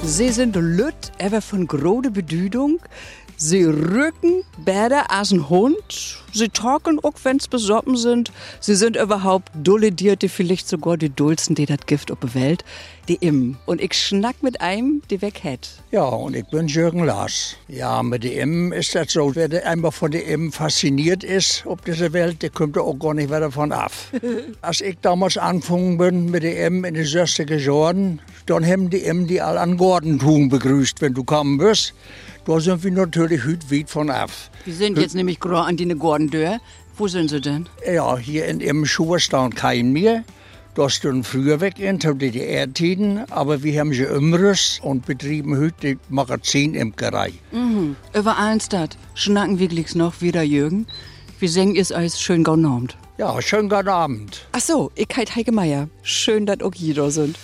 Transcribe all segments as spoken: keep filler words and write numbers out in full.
Sie sind Lüt, aber von grode Bedeutung. Sie rücken besser als ein Hund. Sie talken auch, wenn's besoffen sind. Sie sind überhaupt dullediert, die vielleicht sogar die dullsten, die das Gift auf der Welt, die im. Und ich schnack mit einem, die weg hat. Ja, und ich bin Jürgen Lars. Ja, mit dem Im ist das so, wer der einmal von dem Im fasziniert ist auf dieser Welt, der kommt auch gar nicht mehr davon ab. Als ich damals angefangen bin mit dem Im in den sechziger Jahren, dann haben die Im die all an Gordentun begrüßt, wenn du kommen bist. Da sind wir natürlich heute weit von ab. Wir sind jetzt nämlich gerade an die Gordendör. Wo sind sie denn? Ja, hier in dem Schuhe stand kein mehr. Da standen früher weg in zu D D R-Tiden, aber wir haben sie umriss und betrieben heute die Magazinimkerei. Mhm. Über Allenstadt schnacken wirklich noch wieder Jürgen. Wir singen es als schön gaunormt. Ja, schönen guten Abend. Ach so, ich heit Heike Meier. Schön, dass auch hier da sind.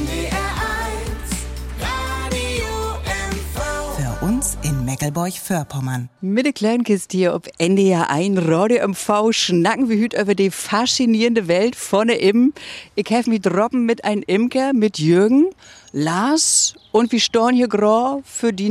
Uns in Meckelburg-Vorpommern. Mit der Kleinkiste hier auf N D R eins Radio M V schnacken wir heute über die faszinierende Welt von der Im. Ich helfe mich droppen mit einem Imker, mit Jürgen, Lars und wir stehen hier gerade für die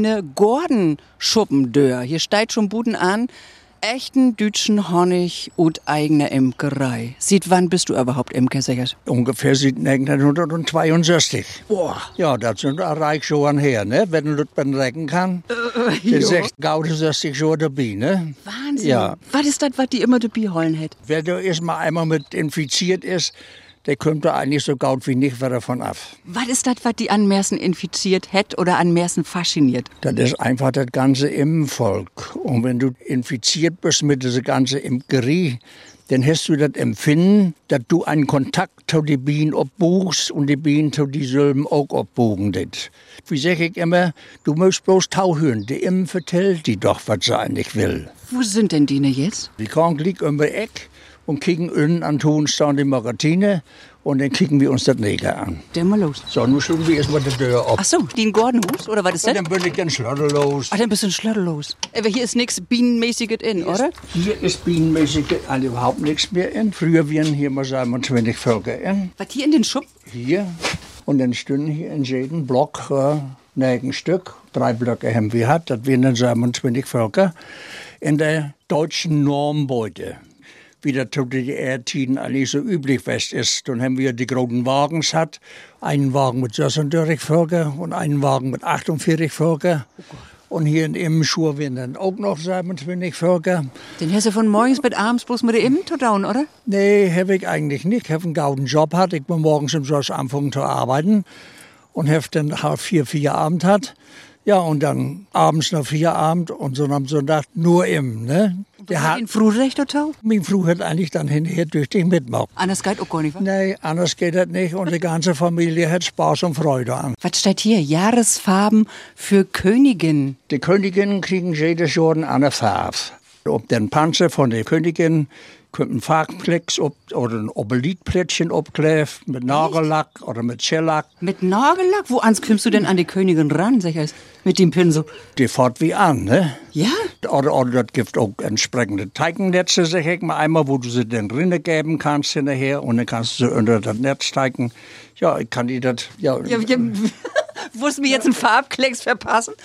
Gordenschuppendör. Hier steigt schon Buden an. Echten deutschen Honig und eigener Imkerei. Seit wann bist du überhaupt Imker, Segers? Ungefähr seit neunzehnhundertzweiundsechzig. Boah. Ja, das sind ein reich Jahre her, ne? Wenn du das recken kann. Äh, der sagt, gaude sechzig Jahre dabei, ne? Wahnsinn. Ja. Was ist das, was die immer dabei holen hat? Wer da erstmal einmal mit infiziert ist, der kommt da eigentlich so gaut wie nicht mehr davon ab. Was ist das, was die an Mersen infiziert hat oder an Mersen fasziniert? Das ist einfach das ganze Immenvolk. Und wenn du infiziert bist mit dieser ganzen Imkerie, dann hast du das Empfinden, dass du einen Kontakt zu den Bienen abbuchst und die Bienen zu die Sülben auch abbuchen. Wie sag ich immer, du musst bloß tauhören. Die Immen vertellt die doch, was sie eigentlich will. Wo sind denn die jetzt? Die Krank liegt um die Eck und kicken innen an Ton stehen die Magazine und dann kicken wir uns das Neger an. Dann mal los. So, nun schließen wir erstmal die Tür ab. Ach so, die in Gordenhus, oder was ist das? Und dann bin ich dann schlotterlos. Ach, dann bist du ein schlotterlos. Aber hier ist nichts Bienenmäßiges in, oder? Hier ist bienenmäßig also überhaupt nichts mehr in. Früher wären hier mal siebenundzwanzig Völker in. Was, hier in den Schub? Hier. Und dann stünden hier in jedem Block äh, ein Stück. Drei Blöcke haben wir gehabt. Das wären dann siebenundzwanzig Völker in der deutschen Normbeute. Wie das zu D D R-Tiden eigentlich so üblich fest ist. Dann haben wir die großen Wagen gehabt. Einen Wagen mit sechsunddreißig Völker und einen Wagen mit achtundvierzig Völker. Und hier in Immenschur werden dann auch noch siebenundzwanzig Völker. Den hast du von morgens bis abends bloß mit der Immen zu tun, oder? Nee, habe ich eigentlich nicht. Ich habe einen gauden Job gehabt. Ich bin morgens im Schloss angefangen zu arbeiten. Und habe dann halb vier, vier Abend hat. Ja, und dann abends noch Feierabend und so am Sonntag nur im, ne? Der hat den Frührecht oder? Mein Früh hat eigentlich dann hinterher durch dich mitmachen. Anders geht auch gar nicht, was? Nee, anders geht das nicht und die ganze Familie hat Spaß und Freude an. Was steht hier? Jahresfarben für Königin. Die Königinnen kriegen jedes Jahr eine Farbe. Ob den Panzer von der Königin kommt ein Farbplex ob, oder ein Obelitplättchen abklebt mit Nagellack oder mit Shellack. Mit Nagellack? Wo ans kommst du denn an die Königin ran, sag ich, mit dem Pinsel? Die fährt wie an, ne? Ja? Oder, oder das gibt auch entsprechende Teigennetze, sag ich mal einmal, wo du sie dann rinne geben kannst hinterher und dann kannst du sie unter das Netz teigen. Ja, ich kann die das, ja. ja, ja Wolltest du mir jetzt einen Farbklecks verpassen?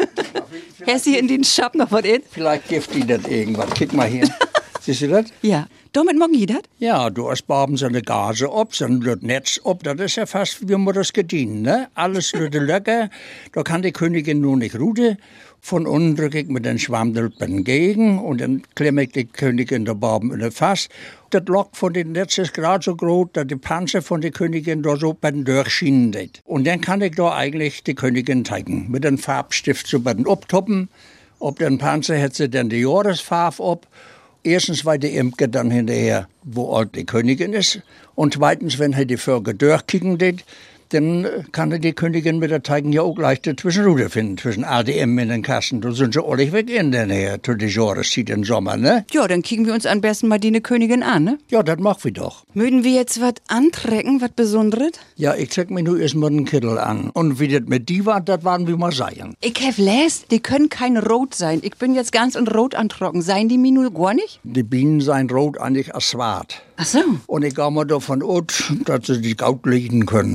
Hast du hier in den Schab noch was in? Vielleicht gibt die das irgendwas. Kick mal hier. Siehst du das? Ja. Damit morgen jeder? Ja, du hast baben so eine Gase ob, so ein Netz ob, das ist ja fast wie man das gedient, ne? Alles lüde Löcker, da kann die Königin nur nicht rute. Von unten drücke ich mit den Schwammdülpen gegen und dann klemme ich die Königin da baben in das Fass. Das Lock von dem Netz ist gerade so groß, dass die Panzer von der Königin da so bei den durchschienen geht. Und dann kann ich da eigentlich die Königin zeigen, mit dem Farbstift so bei den Obtoppen. Ob den Panzer hätte sie dann die Jahresfarbe ob. Erstens, weil die Imker dann hinterher, wo alt die Königin ist. Und zweitens, wenn er die Völker durchkicken geht, dann kann er die Königin mit der Teigen ja auch gleich dazwischen Ruder finden, zwischen A D M in den Kassen. Da sind sie alle weg in der Nähe, zu der Jahreszeit im Sommer, ne? Ja, dann kicken wir uns am besten mal die ne Königin an, ne? Ja, das machen wir doch. Mögen wir jetzt was antrecken, was Besonderes? Ja, ich zeig mir nur erstmal den Kittel an. Und wie das mit die war, das waren wir mal sagen. Ich hab läst, die können kein Rot sein. Ich bin jetzt ganz in Rot antrocken. Seien die mir nur gar nicht? Die Bienen seien rot eigentlich als schwarz. Ach so. Und ich gehe mal davon aus, dass sie die Gaut liegen können nicht.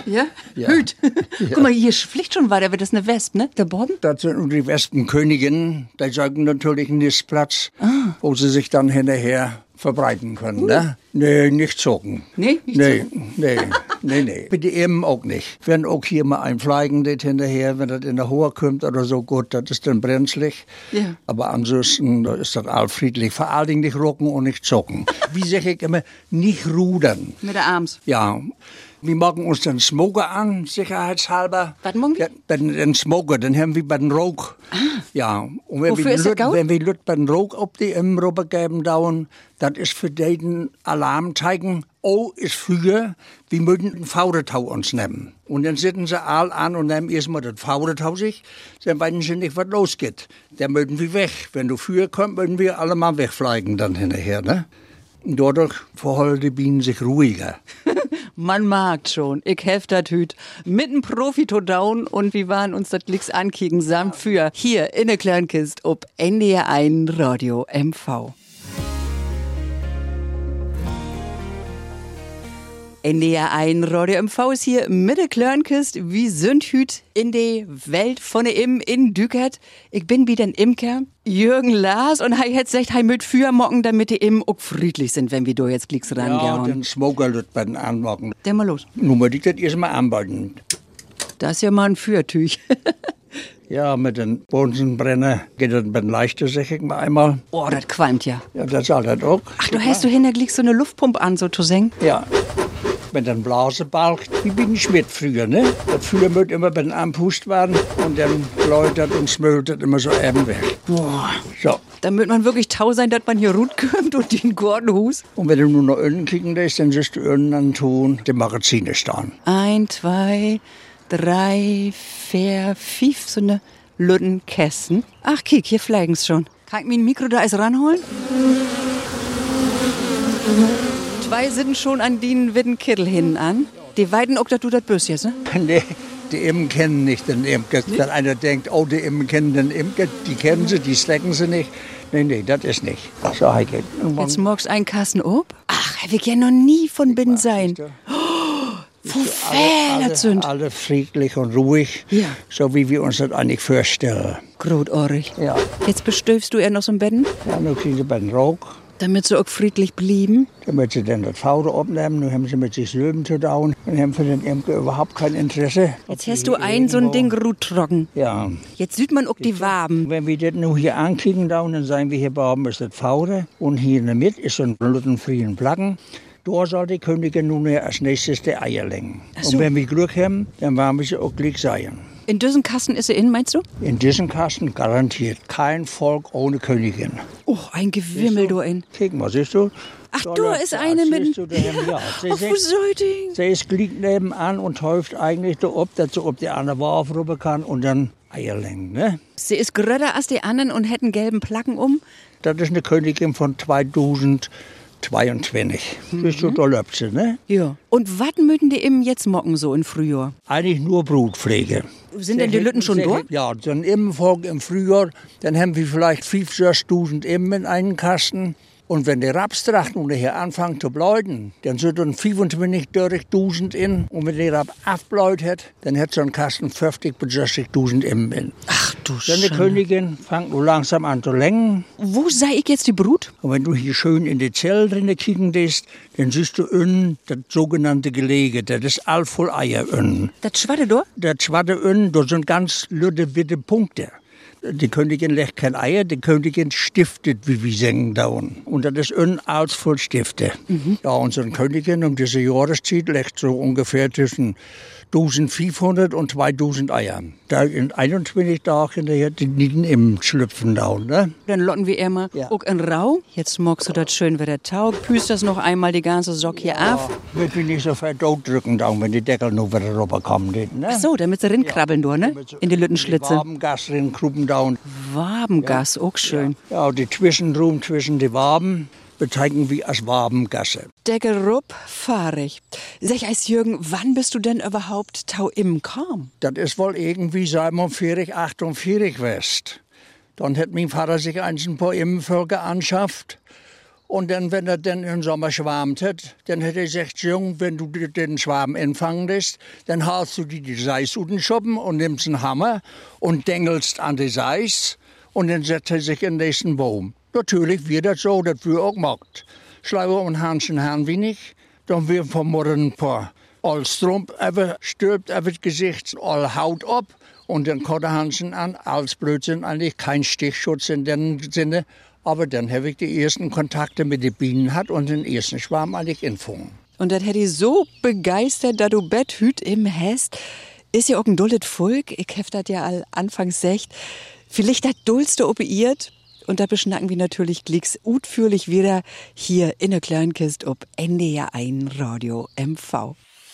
Ja? Ja. Hüt. Ja. Guck mal, hier fliegt schon weiter, wird das eine Wespe, ne? Der Boden? Das sind die Wespenköniginnen, die sagen natürlich einen Nistplatz, ah. wo sie sich dann hinterher verbreiten können. Uh. Ne? Nee, nicht zocken. Nee, nicht nee, zocken? Nee, nee, nee. Bitte eben auch nicht. Wenn auch hier mal ein Fliegen geht hinterher, wenn das in der Hohe kommt oder so, gut, das ist dann brenzlig. Ja. Aber ansonsten ist das allfriedlich. Vor allen Dingen nicht rucken und nicht zocken. Wie sage ich immer, nicht rudern. Mit der Arms. Ja. Wir machen uns den Smoker an, sicherheitshalber. Was machen wir? Ja, den, den Smoker, den haben wir bei den Rauch. Ah. Ja. Und wenn Wofür wir ist der gut? Wenn wir Lüt bei den Rauch auf die im Rüber geben dauern, das ist für den Alarm zeigen, oh, ist früher, wir müssen den Fauretau uns nehmen. Und dann sitzen sie all an und nehmen erstmal das Fauretau sich, dann weisen sie nicht, was losgeht. Dann müssen wir weg. Wenn du früher kommst, müssen wir alle mal wegfliegen dann hinterher, ne? Und dadurch verhalten die Bienen sich ruhiger. Man mag schon. Ich helfe das Hüt. Mit dem Profi to down und wir waren uns das Glicks ankicken samt für hier in der Kleinkist ob N D R eins Radio M V. N D R eins Radio M V ist hier mit der Kleinkist. Wir sind hüt in der Welt von der Im in Dükert. Ich bin wie den Imker Jürgen Lars und er hat gesagt, er möcht für morgen, damit die Im auch friedlich sind, wenn wir da jetzt Glicks rangehauen. Ja, den Smoker wird bei den anmachen. Der mal los. Nun mal die das erstmal anbauen. Das ist ja mal ein Fürtüch. Ja, mit den Bohnenbrenner geht das ein bisschen leichter, sag ich mal einmal. Oh, das qualmt ja. Ja, das soll das auch. Ach, du hast du hinter Glicks so eine Luftpumpe an, so zu singen? Ja. Mit dem Blasebalg, wie bin ich mit früher, ne? Das früher muss immer bei den Anpust werden und dann läutert und smöltet immer so eben weg. Boah. So. Da wird man wirklich tau sein, dass man hier Rut kommt und den Gordenhus. Und wenn du nur noch innen kicken lässt, dann siehst du innen an tun, die Magazine stehen. Ein, zwei, drei, vier, fünf, so eine Lüttenkästen. Ach, kick, hier fliegen's schon. Kann ich mir ein Mikro da alles ranholen? Zwei sind schon an den Witten Kittel hin an. Die weiden auch, dass du das bist jetzt, ne? Nee, die Immen kennen nicht den Imker. Wenn einer denkt, oh, die Immen kennen den Imker, die kennen sie, die slecken sie nicht. Nee, nee, das ist nicht. So, Heike. Jetzt morgens ein Kassen ob? Ach, wir kennen noch nie von Binnen sein. Oh, wo fährt sind. Alle friedlich und ruhig, ja. So wie wir uns das eigentlich vorstellen. Grotohrig. Ja. Jetzt bestöfst du er noch so ein Betten? Ja, nun kriegen sie bei den Rauch. Damit sie auch friedlich blieben? Damit sie dann das Faude abnehmen, nun haben sie mit sich Löwen zu dauen und haben für den Imker überhaupt kein Interesse. Jetzt hast du ein so ein Ding gut trocken. Ja. Jetzt sieht man auch die Waben. Wenn wir das nur hier ankriegen, dann sagen wir hier bei oben ist das Faude und hier in der Mitte ist so ein glutenfreien Platten. Da soll die Königin nun als nächstes die Eier legen. So. Und wenn wir Glück haben, dann werden wir sie auch gleich sein. In diesem Kasten ist sie in, meinst du? In diesem Kasten garantiert kein Volk ohne Königin. Oh, ein Gewimmel da in. Guck mal, siehst du? Ach, da ist eine mit... Du, ja. Sie, Ach, wo soll die? Sie ist gleich nebenan und häuft eigentlich da ob, dass sie ob die andere Wurf rüber kann und dann Eier legen, ne? Sie ist gröder als die anderen und hätten gelben Placken um. Das ist eine Königin von zweitausendzweiundzwanzig. Mhm. Bist du da läuft sie, ne? Ja. Und was möchten die eben jetzt mocken so im Frühjahr? Eigentlich nur Brutpflege. Sind denn die Lütten schon durch? Ja, so ein Immenvolk im Frühjahr, dann haben wir vielleicht fünf, sechstausend Immen in einen Kasten. Und wenn die Rapstrachten nachher anfangen zu bläuten, dann sind dann fünfundzwanzigtausend in. Und wenn die Rap abbläut hat, dann hat so ein Kasten fünfzig bis sechzigtausend Immen in. Ach du Scheiße. Dann die Königin fängt nur langsam an zu lenken. Wo sei ich jetzt die Brut? Und wenn du hier schön in die Zelle drin kicken gehst, dann siehst du innen das sogenannte Gelege. Das ist all voll Eier innen. Das Schwatte da? Das Schwatte innen, da sind ganz lütte, witte Punkte. Die Königin legt kein Eier, die Königin stiftet, wie wir singen da unten. Und das ist innen alles voll Stifte. Mhm. Ja, unsere Königin um diese Jahreszeit legt so ungefähr zwischen eintausendfünfhundert und zweitausend Eier. Da in einundzwanzig Tagen hinterher die Nieten im Schlüpfen da, ne? Dann lotten wir immer ja. Auch in Rau. Jetzt magst du das schön wieder taug. Püst das noch einmal die ganze Sock hier ja, ab. Wird wir nicht so verdot drücken, da, wenn die Deckel noch wieder rüberkommen. Ne? Ach so, damit sie rinkrabbeln, ja. ne? In die Lüttenschlitze. Wabengas rinkruppen da. Wabengas, ja. Auch schön. Ja, ja, die Zwischenraum zwischen die Waben bezeichnen wir als Wabengasse. Deckel rup, fahrig. Sag ich als Jürgen, wann bist du denn überhaupt tau im Kam? Das ist wohl irgendwie siebenundvierzig, achtundvierzig West. Dann hat mein Vater sich ein paar Immenvölker anschafft Und dann, wenn er dann im Sommer schwarmt hat, dann hat er gesagt, Jung, wenn du den Schwarm empfangen lässt, dann haust du die, die Seiß aus den Schuppen und nimmst einen Hammer und dengelst an die Seiß und dann setzt er sich in den nächsten Baum. Natürlich wird das so, das wird auch gemacht. Schleiber und Hanschen haben wenig, dann wird vom Morgen ein paar all Strump, aber stirbt auf das Gesicht, all Haut ab. Und dann kommt der Hansen an, als Blödsinn eigentlich kein Stichschutz in dem Sinne. Aber dann habe ich die ersten Kontakte mit den Bienen gehabt und den ersten Schwarm eigentlich empfangen. Und das hätte ich so begeistert, da du Betthüt im hast. Ist ja auch ein dullet Volk. Ich hab das ja all anfangs secht. Vielleicht das dullste opiert. Und da beschnacken wir natürlich glicks utführlich wieder hier in der Kleinkist ob N D R eins Radio M V.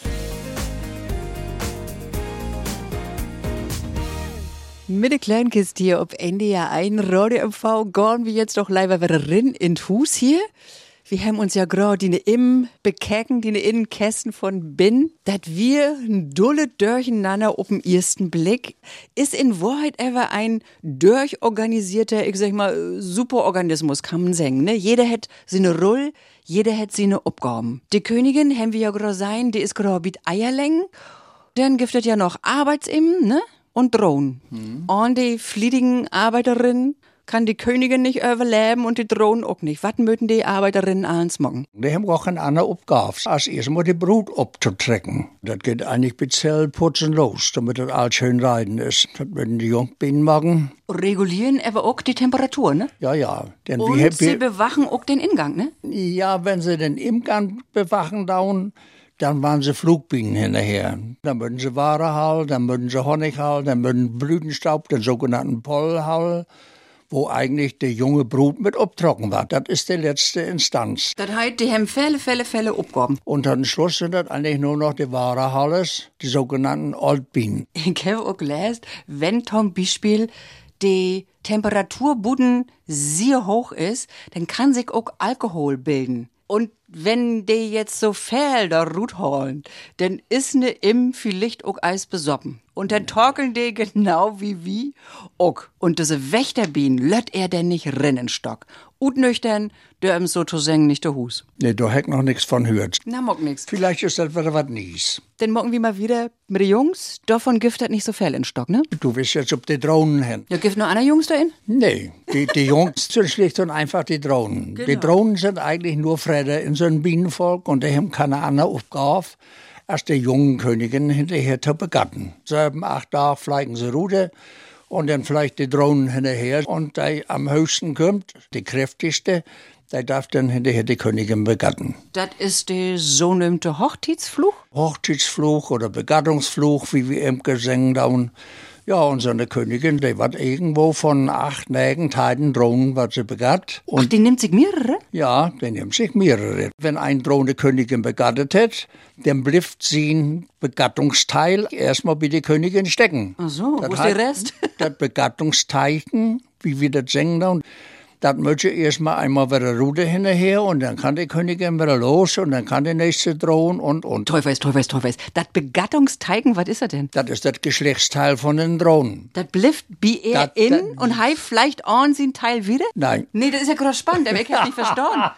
Mit der Kleinkist hier ob N D R eins Radio M V gehen wir jetzt doch leider wieder rin in Hus hier. Wir haben uns ja gerade die im bekecken, die Innenkästen von Bin, dat wir ein dulle Durcheinander auf den ersten Blick, ist in Wahrheit ever ein durchorganisierter, ich sag mal, Superorganismus, kann man sagen, ne? Jeder hat seine Rolle, jeder hat seine Aufgaben. Die Königin haben wir ja gerade sein, die ist gerade mit Eierlängen, dann gibt es ja noch Arbeitsimmen, ne? Und Drohnen. Mhm. Und die fliedigen Arbeiterinnen kann die Königin nicht überleben und die Drohnen auch nicht. Was möchten die Arbeiterinnen ans machen? Die haben auch eine andere Aufgabe, als erstmal die Brut abzutrecken. Das geht eigentlich speziell putzen los, damit das alles schön rein ist. Das würden die Jungbienen machen. Regulieren aber auch die Temperatur, ne? Ja, ja. Denn und wir, sie bewachen auch den Ingang, ne? Ja, wenn sie den Ingang bewachen dauern, dann waren sie Flugbienen hinterher. Dann würden sie Ware holen, dann würden sie Honig holen, dann würden Blütenstaub, den sogenannten Pollen holen, wo eigentlich die junge Brut mit abtrocken war. Das ist die letzte Instanz. Das heißt, die haben viele, viele, viele Aufgaben. Und am Schluss sind das eigentlich nur noch die Ware holen, die sogenannten Altbienen. Ich habe auch gelesen, wenn zum Beispiel die Temperaturbuden sehr hoch ist, dann kann sich auch Alkohol bilden. Und wenn die jetzt so viel da Rut holen, dann ist ne im vielleicht auch Eis besoppen. Und dann torkeln die genau wie wie auch. Und diese Wächterbienen lött er denn nicht Rinnenstock. Und nüchtern, der im sozusagen nicht der Hus. Nee, da heck noch nix von hört. Na, mock nix. Vielleicht ist das wieder was Nies. Dann mocken wir mal wieder mit den Jungs. Davon Gift hat nicht so viel in Stock, ne? Du willst jetzt ob die Drohnen hin. Ja, Gift nur einer Jungs da in? Nee, die, die Jungs sind schlicht und einfach die Drohnen. Genau. Die Drohnen sind eigentlich nur Fredder in so einem Bienenvolk und die haben keine andere Aufgabe, als die jungen Königinnen hinterher zu begatten. Sieben, acht Tage fliegen sie Rute und dann vielleicht die Drohnen hinterher. Und die am höchsten kommt, die kräftigste, der darf dann hinterher die Königin begatten. Das ist der sogenannte Hochzeitsfluch? Hochzeitsfluch oder Begattungsfluch, wie wir eben gesungen haben. Ja, und so eine Königin, die wird irgendwo von acht, neun Teilen Drohnen, was sie begatt. Und Ach, die nimmt sich mehrere? ja, die nimmt sich mehrere. Wenn ein Drohne Königin begattet hat, dann bleibt sie ein Begattungsteil erstmal bei der Königin stecken. Ach so, Das wo ist heißt, der Rest? Das Begattungsteichen, wie wir das singen, das möchte erstmal einmal wieder Rute hinterher und dann kann die Königin wieder los und dann kann die nächste drohen und, und. Teufels, Teufels, Teufels. Das Begattungsteigen, was ist das denn? Das ist das Geschlechtsteil von den Drohnen. Das blifft wie er Das- in das- und hei vielleicht an sein Teil wieder? Nein. Nee, das ist ja gerade spannend, aber ich hab's nicht verstanden.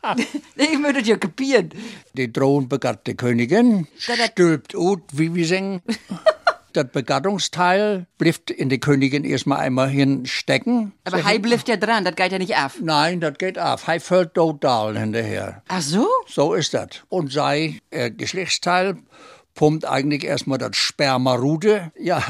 Ich würde das ja kapieren. Die Drohnen begatt die Königin, Da- da- stülpt ut, wie wir singen. Das Begattungsteil bleibt in die Königin erstmal einmal hinstecken. Aber hei blifft ja dran, das geht ja nicht auf. Nein, das geht auf. Hei fällt dort down hinterher. Ach so? So ist das. Und sei äh, Geschlechtsteil pumpt eigentlich erstmal das Spermarute. Ja,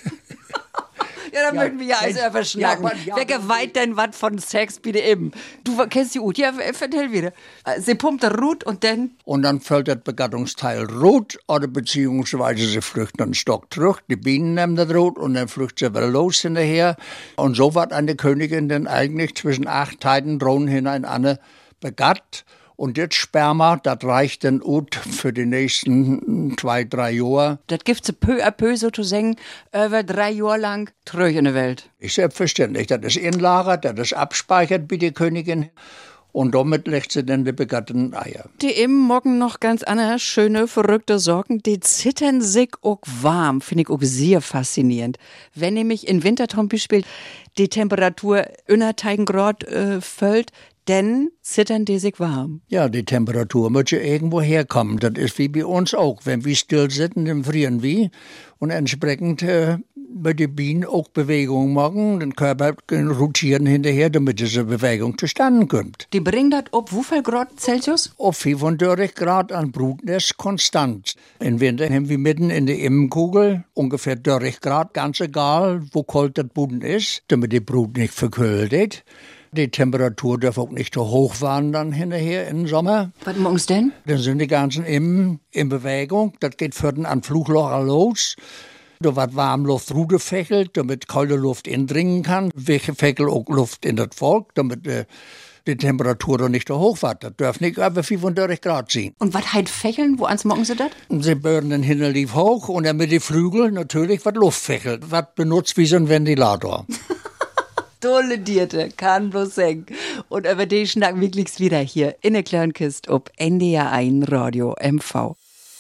Ja, dann Ja, möchten wir ja also ja, einfach schnacken. ja, aber- ja, Wer geweiht denn was von Sex bitte eben? Du kennst die Ut, ja, vertell wieder. Sie pumpt der Rut und dann... und dann fällt das Begattungsteil rot oder beziehungsweise sie flüchten einen Stock zurück. Die Bienen nehmen das rot und dann flüchten sie wieder los hinterher. Und so wird eine Königin dann eigentlich zwischen acht Teilen Drohnen hineinander begatt. Und das Sperma, das reicht dann ut für die nächsten zwei, drei Jahre. Das gibt sie peu à peu sozusagen über drei Jahre lang tröch in der Welt. Ist selbstverständlich. Das ist inlagert, das ist abspeichert bei der Königin. Und damit legt sie dann die begatteten Eier. Die im Morgen noch ganz anders schöne, verrückte Sorgen, die zittern sich auch warm, finde ich auch sehr faszinierend. Wenn nämlich in Winter zum Beispiel die Temperatur unter Grad äh, fällt, denn zittern die sich warm. Ja, die Temperatur muss ja irgendwo herkommen. Das ist wie bei uns auch. Wenn wir still sitzen, dann frieren wir. Und entsprechend äh, bei den Bienen auch Bewegung machen, den Körper rotieren hinterher, damit diese Bewegung zustande kommt. Die bringen das ob wie viel Grad Celsius? Auf fünfunddreißig Grad an Brutnest konstant. Im Winter haben wir mitten in der Immenkugel ungefähr dreißig Grad, ganz egal, wo kalt das Boden ist, damit die Brut nicht verkühlt wird. Die Temperatur darf auch nicht so hoch werden dann hinterher im Sommer. Was morgens denn? Dann sind die ganzen Immen in Bewegung. Das geht für den an Fluglocher los. Da wird Warmluft rudefächelt, damit kalte Luft indringen kann. Welche Fächel auch Luft in das Volk, damit äh, die Temperatur doch nicht so hoch wird. Das darf nicht über fünfunddreißig Grad sein. Und was heit Fächeln? Wo ans morgen sie das? Sie bören den Hinterlief hoch und dann mit den Flügeln natürlich was Luft fächelt. Was benutzt wie so ein Ventilator. Tolle Dierte, kann bloß sagen. Und über die schnacken wir gleich wieder hier in der kleinen Kiste ob N D R eins Radio M V.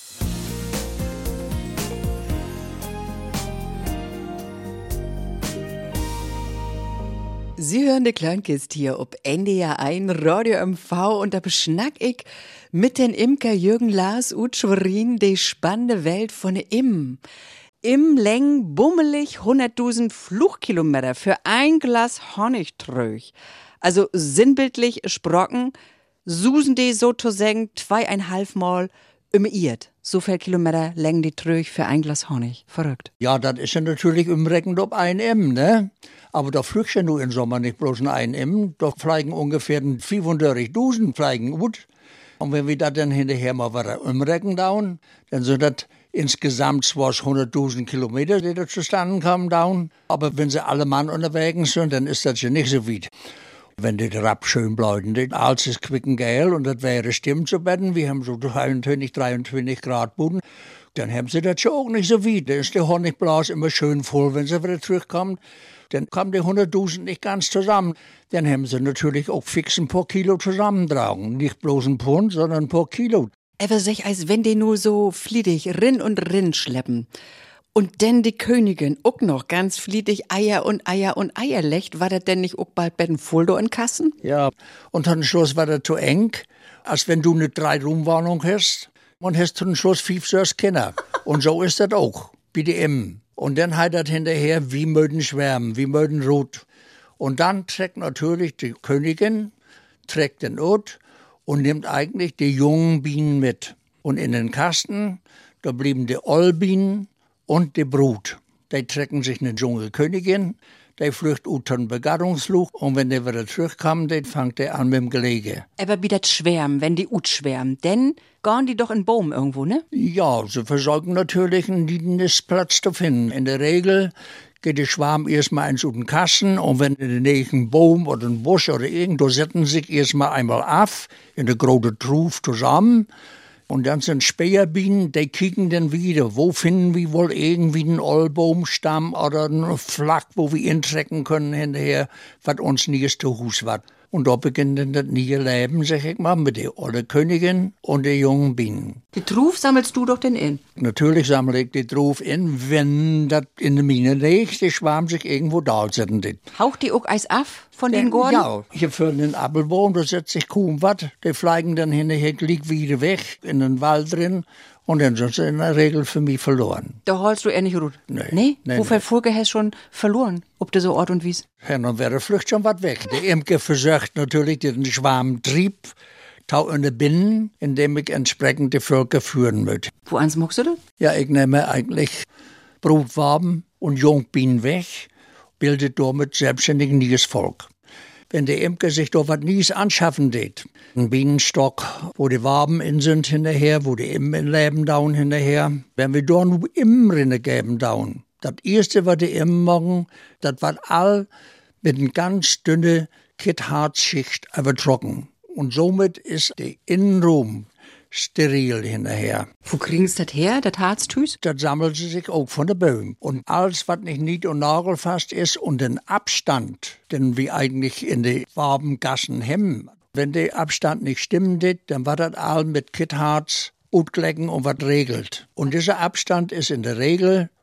Sie hören die Kleinkist hier ob N D R eins Radio M V und da beschnack ich mit den Imker Jürgen Lars ut Schwerin die spannende Welt von der Imm. Im Läng bummelig hunderttausend Flugkilometer für ein Glas Honigtröch. Also sinnbildlich sprocken, susen die sozusagen zweieinhalb Mal um Irt. So viel Kilometer längen die Tröch für ein Glas Honig. Verrückt. Ja, das ist ja natürlich umrechnet ob ein M, ne? Aber da fliegt ja nur im Sommer nicht bloß ein M. Da fliegen ungefähr fünfunddreißigtausend fliegen gut. Und wenn wir da dann hinterher mal wieder umrechnen, dann sind das insgesamt zwar hunderttausend Kilometer, die da zustande kommen, down. Aber wenn sie alle Mann unterwegs sind, dann ist das ja nicht so weit. Wenn die Rapp schön bleiben, das alles ist quickengel und das wäre stimmt zu betten, wir haben so zweiundzwanzig, dreiundzwanzig Grad Boden, dann haben sie das ja auch nicht so weit. Dann ist der Honigblas immer schön voll, wenn sie wieder zurückkommen. Dann kommen die hunderttausend nicht ganz zusammen. Dann haben sie natürlich auch fix ein paar Kilo zusammentragen. Nicht bloß ein Pfund, sondern ein paar Kilo. Aber sich, als wenn die nur so fliedig rinn und rinn schleppen. Und denn die Königin auch noch ganz fliedig Eier und Eier und Eier legt, war das denn nicht auch bald bei den Fuldo in Kassen? Ja, und dann Schluss war das zu eng, als wenn du eine Drei-Rum-Wohnung hast und hast zum Schluss fünf, sechs Kinder. Und so ist das auch, wie die Immen. Und dann hat das hinterher, wie mögen schwärmen, wie mögen rot. Und dann trägt natürlich die Königin, trägt den Ut und nimmt eigentlich die jungen Bienen mit. Und in den Kasten, da blieben die Ollbienen und die Brut. Die trecken sich eine junge Königin, die flücht ut den Begattungsflug und wenn die wieder zurückkommen, die fangt die an mit dem Gelege. Aber wie das schwärmen, wenn die ut schwärmen, denn gehen die doch in Baum irgendwo, ne? Ja, sie versorgen natürlich einen Nistplatz zu finden. In der Regel geht der Schwarm erstmal ins den Kasten und wenn in der Nähe ein Baum oder ein Busch oder irgendwo setzen sie sich erstmal einmal auf, in der großen Truf zusammen. Und dann sind Späherbienen, die kicken dann wieder, wo finden wir wohl irgendwie einen Ollbaumstamm oder einen Flach, wo wir intrecken können hinterher, was uns nicht zu Hus wird. Und da beginnt dann das neue Leben, sag ich mal, mit der olle Königin und der jungen Bienen. Die Truf sammelst du doch denn in? Natürlich sammle ich die Truf in, wenn das in der Mine liegt, die Schwarm sich irgendwo da setzen. Haucht die auch Eis af von den Gorden? Ja, hier für den Apfelbaum, da setzt sich kaum was. Die fliegen dann hinterher, liegt wieder weg, in den Wald drin. Und dann sind sie in der Regel für mich verloren. Da holst du eher nicht gut? Nee. Nee? nee Wo viel nee. Vogel hast du schon verloren? Ob du so Ort und Wies? Ja, dann wäre Flucht schon was weg. Der Imker versorgt natürlich den Schwarmtrieb, tau in die Binnen, indem ich entsprechend die Völker führen möchte. Wo ans muckst du das? Ja, ich nehme eigentlich Brutwaben und Jungbienen weg, bildet damit selbstständig ein neues Volk. Wenn der Imker sich da was Nies anschaffen tät, ein Bienenstock, wo die Waben in sind hinterher, wo die Immen in leben down hinterher, wenn wir da nur Immen rinne geben down. Das erste, was die Immen machen, das war all mit einer ganz dünnen Kittharzschicht übertrocken. Und somit ist der Innenraum steril hinterher. Wo kriegen sie das her, das Harztüs? Das sammelt sie sich auch von den Böhmen. Und alles, was nicht nied- und nagelfast ist und den Abstand, den wir eigentlich in die Wabengassen haben, wenn der Abstand nicht stimmt, dann war das all mit Kittharz, Utglecken und was regelt. Und dieser Abstand ist in der Regel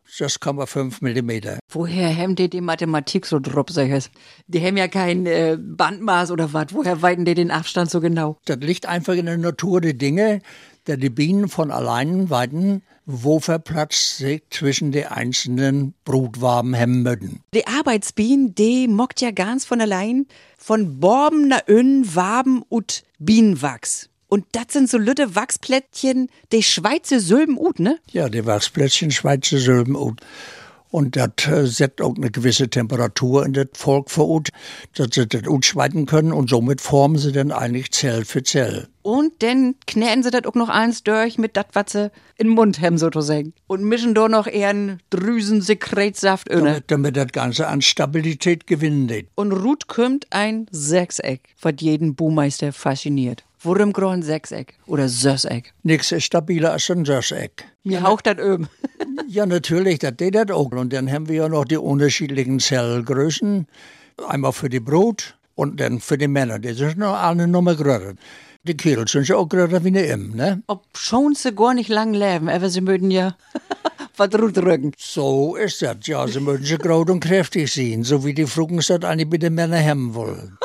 sechs Komma fünf Millimeter. Woher haben die die Mathematik so drauf, sag ich? Die haben ja kein äh, Bandmaß oder was. Woher weiten die den Abstand so genau? Das liegt einfach in der Natur der Dinge, da die Bienen von allein weiten, wo Platz sich zwischen den einzelnen Brutwaben haben möchten. Die Arbeitsbienen, die mockt ja ganz von allein von Borben na Ön, Waben und Bienenwachs. Und das sind so lütte Wachsplättchen, die Schweizer Sülben ut, ne? Ja, die Wachsplättchen Schweizer Sülben ut. Und das äh, setzt auch eine gewisse Temperatur in das Volk verut, dass sie das utschweiten können und somit formen sie dann eigentlich Zell für Zell. Und dann knäten sie das auch noch eins durch mit dat, was sie in den Mund haben, sozusagen. Und mischen da noch eher einen Drüsensekretsaft inne. Damit, damit das Ganze an Stabilität gewinnen lädt. Und Ruth kommt ein Sechseck, was jeden Buhmeister fasziniert. Worum groß ein Sechseck oder Sechseck? Nichts ist stabiler als ein Sechseck. Mir haucht das öm. Ja, natürlich, das geht das auch. Und dann haben wir ja noch die unterschiedlichen Zellgrößen. Einmal für die Brut und dann für die Männer. Die sind noch eine Nummer größer. Die Kerl sind ja auch größer wie eine Im, ne? Ob schon sie gar nicht lang leben, aber sie mögen ja was drücken. So ist das, ja. Sie mögen sie groß und kräftig sein, so wie die Frugen das eigentlich bei den Männern haben wollen.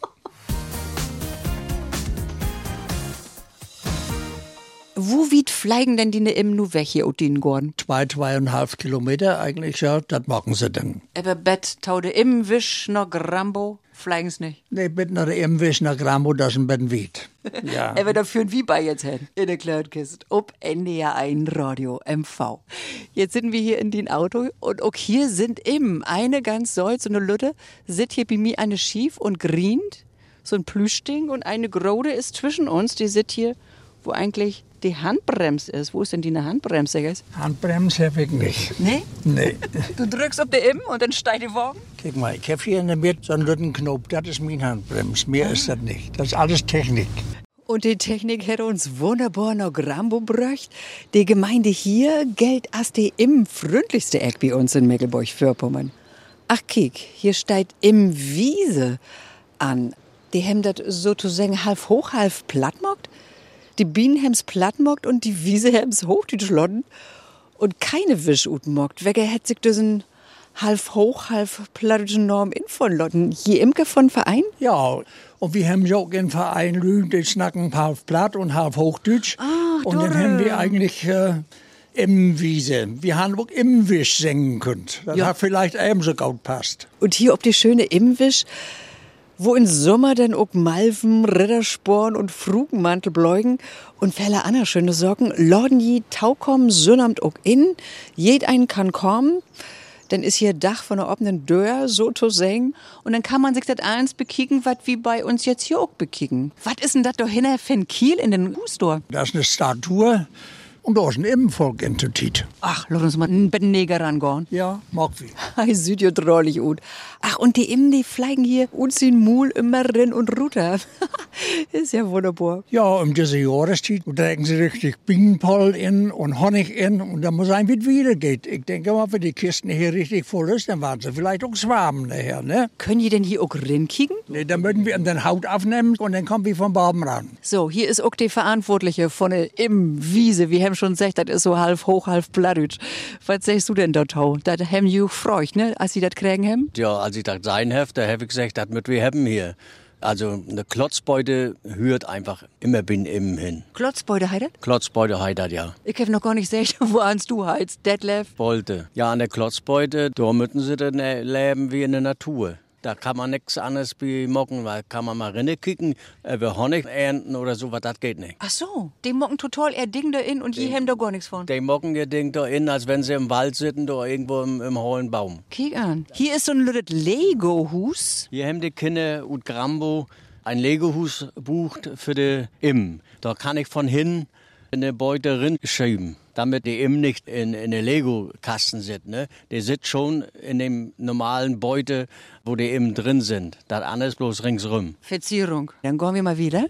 Wo weit fliegen denn die ne Im nu weg hier, Utin Gordon? Zwei, zweieinhalb Kilometer eigentlich, ja, das machen sie dann. Aber Bett taude im Wisch noch Grambo, fliegen's nicht. Nee, mit nach dem Wisch nach Grambo, das ist ein bisschen weit. Ja. Aber dafür wie bei jetzt hin. In der Klörtkiste. Ob N D R eins Radio M V. Jetzt sind wir hier in den Auto und auch hier sind im eine ganz Säul, so eine Lütte, sitzt hier bei mir eine schief und grient, so ein Plüschding und eine Grode ist zwischen uns, die sitzt hier, wo eigentlich die Handbremse ist. Wo ist denn die eine Handbremse, guys? Handbremse habe ich nicht. Nee? Nee. Du drückst auf der Im und dann steigt die Wagen? Guck mal, ich habe hier in der Mitte so einen Lüttenknopf, das ist mein Handbremse. Mehr ist das nicht. Das ist alles Technik. Und die Technik hätte uns wunderbar nach Grambo gebracht. Die Gemeinde hier gilt als die im freundlichste Eck bei uns in Mecklenburg-Vorpommern. Ach, kiek, hier steht im Wiese an. Die haben das sozusagen halb hoch, halb platt mockt. Die Bienen haben's platt mockt und die Wiese haben's hochgeschlossen. Und keine Wisch ut mockt. Wege hätt sich diesen halb hoch, halb plattischen Norm in von Lotten. Hier Imke von Verein? Ja, und wir haben ja auch einen Verein, Lügen, die schnacken halb platt und halb Hochdeutsch. Ach, und dann haben wir eigentlich äh, im Wiese. Wir haben auch im Wisch singen können. Das Ja. hat vielleicht ebenso gut passt. Und hier ob die schöne Imwisch, wo im Sommer dann auch Malven, Rittersporn und Frugenmantel bläugen und viele andere schöne Socken, lorden je taukommen, sünnamt auch in, jed einen kann kommen, dann ist hier Dach von einer offenen Dörr, so zu singen, und dann kann man sich das eins bekicken, was wie bei uns jetzt hier auch bekicken. Was ist denn das da hinter für ein Kiel in den Hustor? Das ist eine Statue und da ist ein Immenvolk-Entität. Ach, lass uns mal einen Bettenneger rangehen. Ja, mag wie. Ei, sieht ja drollig ut. Ach, und die Immen, die fliegen hier uns in Mul immer rin und runter. Ist ja wunderbar. Ja, um diese Jahreszeit trinken sie richtig Bienenpollen in und Honig in und dann muss ein, wie es wieder geht. Ich denke mal, wenn die Kisten hier richtig voll ist, dann waren sie vielleicht auch Schwaben nachher, ne? Können die denn hier auch rinkicken? Nee, dann würden wir in den Haut aufnehmen und dann kommen wir vom Baum ran. So, hier ist auch die Verantwortliche von der Im-Wiese. Wir haben schon gesagt, das ist so halb hoch, halb plattdeutsch. Was sagst du denn dort, Hau? Das haben die gefreut, ne, als sie das kriegen haben? Ja, als ich das sein habe, da habe ich gesagt, das müssen wir haben hier. Also eine Klotzbeute hört einfach immer bin im hin. Klotzbeute heidet? Klotzbeute heißt ja. Ich habe noch gar nicht gesagt, wo ans du heizt. Detlef. Bolte. Ja, an der Klotzbeute, da müssen sie dann leben wie in der Natur. Da kann man nichts anderes bemocken, weil kann man mal rennen kicken, äh, Honig ernten oder so, was das geht nicht. Ach so, die mocken total ihr Ding da in und die haben da gar nichts von. Die mocken ihr Ding da in, als wenn sie im Wald sitzen, da irgendwo im, im hohen Baum. Kiek an. Hier ist so ein lüttes Lego-Hus. Hier haben die Kinder und Grambo ein Lego-Hus bucht für die Im. Da kann ich von hin eine Beute rin schieben, damit die Im nicht in, in den Lego-Kasten sitzt. Ne? Die sitzt schon in dem normalen Beute, wo die Im drin sind. Das andere ist bloß ringsrum. Verzierung. Dann gehen wir mal wieder.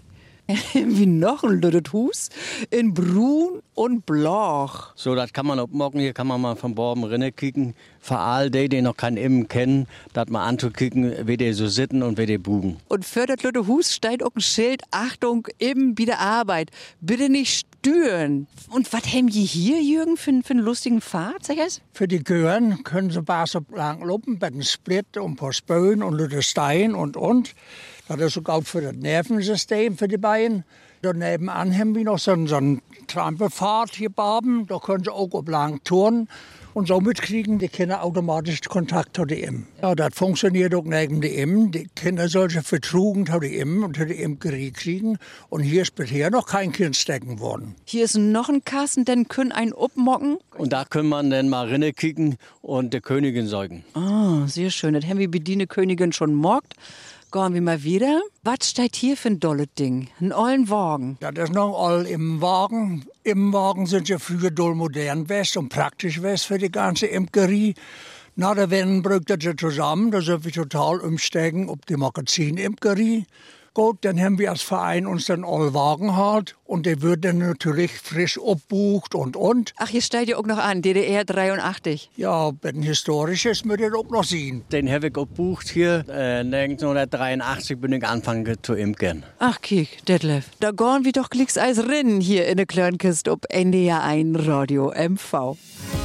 Wie noch ein lüttet Hus in Brun und Bloch. So, das kann man abmocken. Hier kann man mal von Borben rinne kicken. Für all die, die noch kein Immen kennen, das mal anzukicken, wie die so sitten und wie die bugen. Und für das lütte Hus steht auch ein Schild, Achtung, im bei der Arbeit. Bitte nicht stören. Und was haben die hier, Jürgen, für, für einen lustigen Fahrt, sag ich? Für die Kühen können sie bare so lang lopen mit einem Split und ein paar Spöen und lütte Stein und und. Das ist sogar für das Nervensystem für die Beine. Daneben haben wir noch so einen, so einen Trampelpfad hier baben. Da können sie auch auf lang turnen. Und somit kriegen die Kinder automatisch Kontakt zu den Immen. Ja, das funktioniert auch neben den Immen. Die Kinder sollen vertrugen zu den Immen und zu den Imkerie kriegen. Und hier ist bisher noch kein Kind stecken worden. Hier ist noch ein Kasten, dann können einen abmocken. Und da kann man dann mal rinne kicken und der Königin säugen. Ah, sehr schön. Das haben wir bediene Königin schon mockt. Gehen wir mal wieder. Was steht hier für ein dolles Ding? Ein ollen Wagen. Das ist noch all im Wagen. Im Wagen sind ja früher doll modern west und praktisch west für die ganze Imkerie. Na, da werden brückt das ja zusammen. Da sind wir total umsteigen auf die Magazin-Imkerie. Gut, dann haben wir als Verein uns dann all Wagen halt und der wird dann natürlich frisch abbucht und und. Ach, hier steht ja auch noch an, D D R dreiundachtzig. Ja, wenn historisches müsst ihr auch noch sehen. Den habe ich abbucht hier. Äh, neunzehnhundertdreiundachtzig bin ich angefangen zu imkern. Ach, kiek, Detlef. Da gehen wir doch glicks Eis rinnen hier in der Klörnkist ob N D R eins Radio M V.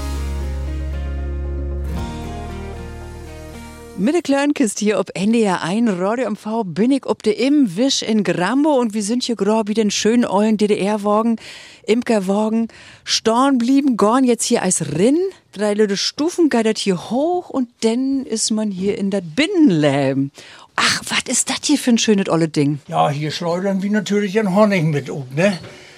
Mit der Klörnkist hier ob N D R eins Radio M V bin ich ob de im Wisch in Grambo und wir sind hier gerade wie den schönen ollen D D R-Wagen, Imkerwagen, storn blieben, gorn jetzt hier als Rinn. Drei Leute Stufen geidert hier hoch und dann ist man hier in das Binnenleben. Ach, was ist das hier für ein schönes olle Ding? Ja, hier schleudern wir natürlich den Honig mit um, ne?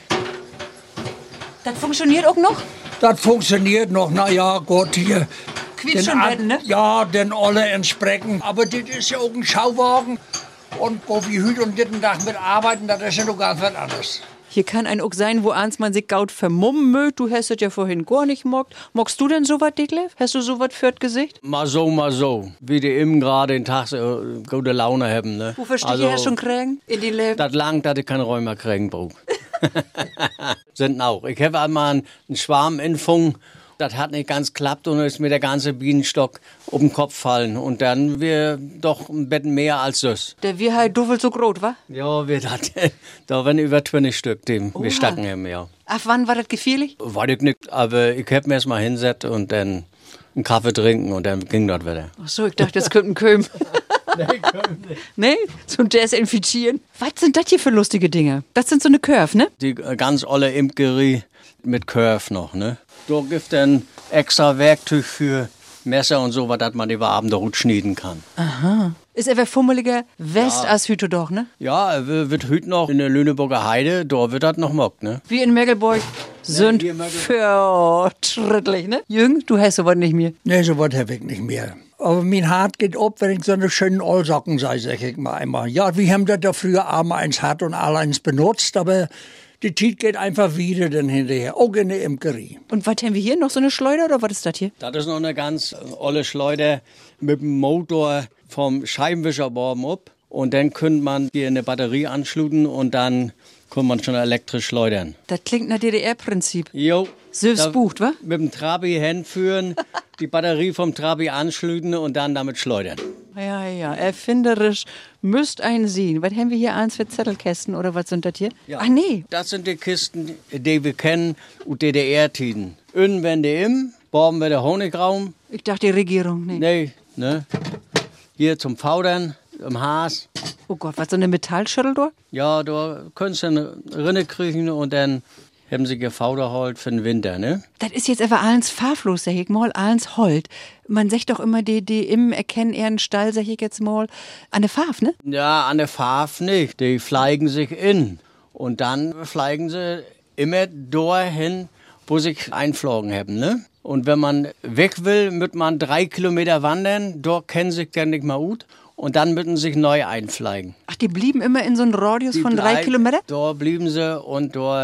Das funktioniert auch noch? Das funktioniert noch, na ja, Gott, hier. Quietscht schon werden, ne? Ja, den alle entsprechend. Aber das ist ja auch ein Schauwagen. Und wo wir heute und den Tag mit arbeiten, das ist ja noch ganz was anderes. Hier kann ein auch sein, wo ans man sich gaut vermummen mögt. Du hast es ja vorhin gar nicht mockt. Mockst du denn sowas, Detlef? Hast du sowas für das Gesicht? Mal so, mal so. Wie die eben gerade den Tag so gute Laune haben, ne? Wofür steht ihr schon kriegen? In die Leben? Das langt, dass ich keine Räume kriegen brauche. Sind auch. Ich habe einmal einen Schwarmimpfung. Das hat nicht ganz geklappt und ist mir der ganze Bienenstock um den Kopf fallen. Und dann wir doch ein Bett mehr als das. Der wir halt duffel so groß, wa? Ja, wir dat, da waren über zwanzig Stück, die wir stacken haben, ja. Ach, wann war das gefährlich? Weiß ich nicht, aber ich hab mir erst mal hingesetzt und dann einen Kaffee trinken und dann ging das wieder. Ach so, ich dachte, das könnte ein Köm. Nee, komm nicht. Nee, zum Desinfizieren. Was sind das hier für lustige Dinge? Das sind so eine Curve, ne? Die ganz olle Imkerie mit Curve noch, ne? Da gibt dann extra Werkzeug für Messer und so, was dass man über Abend gut schneiden kann. Aha. Ist er fummeliger West Ja. als Hüte doch, ne? Ja, er wird heute noch in der Lüneburger Heide, da wird das noch mockt, ne? Wie in Megelburg sind hier Megel- fortschrittlich, ne? Jürgen, du hast sowas nicht mehr. Nee, so was habe ich nicht mehr. Aber mein Hart geht ab, wenn ich so eine schönen Ollsocken sei, sag ich mal einmal. Ja, wir haben das da früher einmal eins hat und alle eins benutzt, aber die Zeit geht einfach wieder dann hinterher, auch in der Imkerie. Und was haben wir hier? Noch so eine Schleuder oder was ist das hier? Das ist noch eine ganz olle Schleuder mit dem Motor vom Scheibenwischer oben ab. Und dann könnte man hier eine Batterie anschließen und dann kann man schon elektrisch schleudern. Das klingt nach D D R-Prinzip. Jo. Selbst Da bucht, wa? Mit dem Trabi hinführen, die Batterie vom Trabi anschließen und dann damit schleudern. Ja, ja, erfinderisch müsst ein sehen. Was haben wir hier eins für Zettelkästen oder was sind das hier? Ja. Ach nee, Das sind die Kisten, die wir kennen, und D D R-Tiden. Innen wenn die im, bauen wir der Honigraum. ich dachte die Regierung. Nee. Nee, ne? Hier zum Faudern, im Haas. Oh Gott, was, so eine Metallschüttel dort? Ja, da können sie eine Rinne kriegen und dann haben sie gefauderholt für den Winter, ne? Das ist jetzt einfach allens farblos, sag ich mal, allens Holt. Man sagt doch immer, die, die im erkennen eher einen Stall, sag ich jetzt mal, an der Farbe, ne? Ja, an der Farbe nicht. Die fliegen sich in. Und dann fliegen sie immer dahin, wo sie einflogen haben, ne? Und wenn man weg will, muss man drei Kilometer wandern. Dort kennen sich dann nicht mehr gut. Und dann müssen sie sich neu einfliegen. Ach, die blieben immer in so einem Radius Die von drei, Kilometer? Da blieben sie und da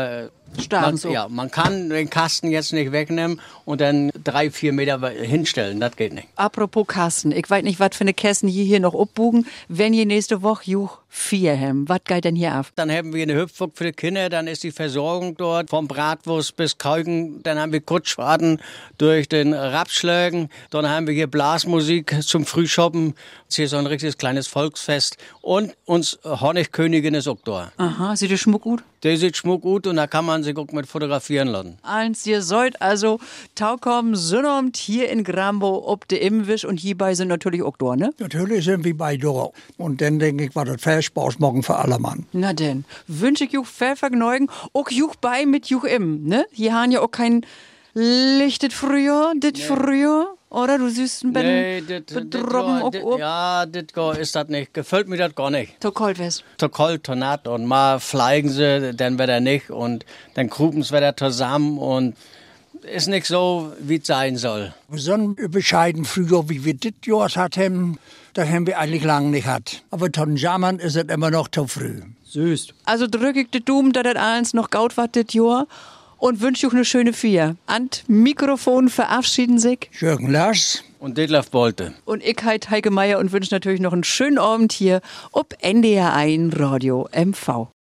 Starben Man, so. ja, man kann den Kasten jetzt nicht wegnehmen und dann drei, vier Meter hinstellen. Das geht nicht. Apropos Kasten, ich weiß nicht, was für eine Kästen hier, hier noch abbugen, wenn ihr nächste Woche juch vier haben. Was geht denn hier ab? Dann haben wir eine Hüpfburg für die Kinder, dann ist die Versorgung dort vom Bratwurst bis Kauken. Dann haben wir Kutschfahrten durch den Rapsschlägen. Dann haben wir hier Blasmusik zum Frühschoppen. Das ist hier so ein richtiges kleines Volksfest. Und uns Honigkönigin ist auch da. Aha, sieht der Schmuck gut? Der sieht schmuck gut und da kann man sich auch mit fotografieren lassen. Eins, ihr sollt also taukommen, Sünnomt hier in Grambo, ob de Imwisch und hierbei sind natürlich auch da, ne? Natürlich sind wir bei Dora. Und dann denke ich, war das Verspaß morgen für alle Mann. Na denn, wünsche ich juch viel Vergnügen, auch juch bei mit juch im, ne? Hier haben ja auch kein lichtet früher, dit früher, oder? Du siehst ein Nee, bisschen dit, dit, bedroben auch dit, ob. ja, das ist das nicht. Gefällt mir das gar nicht. So kalt wär's. Zu kalt, zu natt und mal fliegen sie, dann wird er nicht und dann krupen sie wieder zusammen und ist nicht so, wie es sein soll. So ein bescheiden früher, wie wir das Jahr hatten, das haben wir eigentlich lange nicht gehabt. Aber zum Jammern ist es immer noch zu früh. Süß. Also drück ich de Daumen, dass das eins noch gaut wat dit Jahr und wünsche euch eine schöne Vier. Ant Mikrofon verabschieden sich. Jürgen Lars. Und Detlef Bolte. Und ich heit Heike Meier und wünsche natürlich noch einen schönen Abend hier ob N D R eins Radio M V.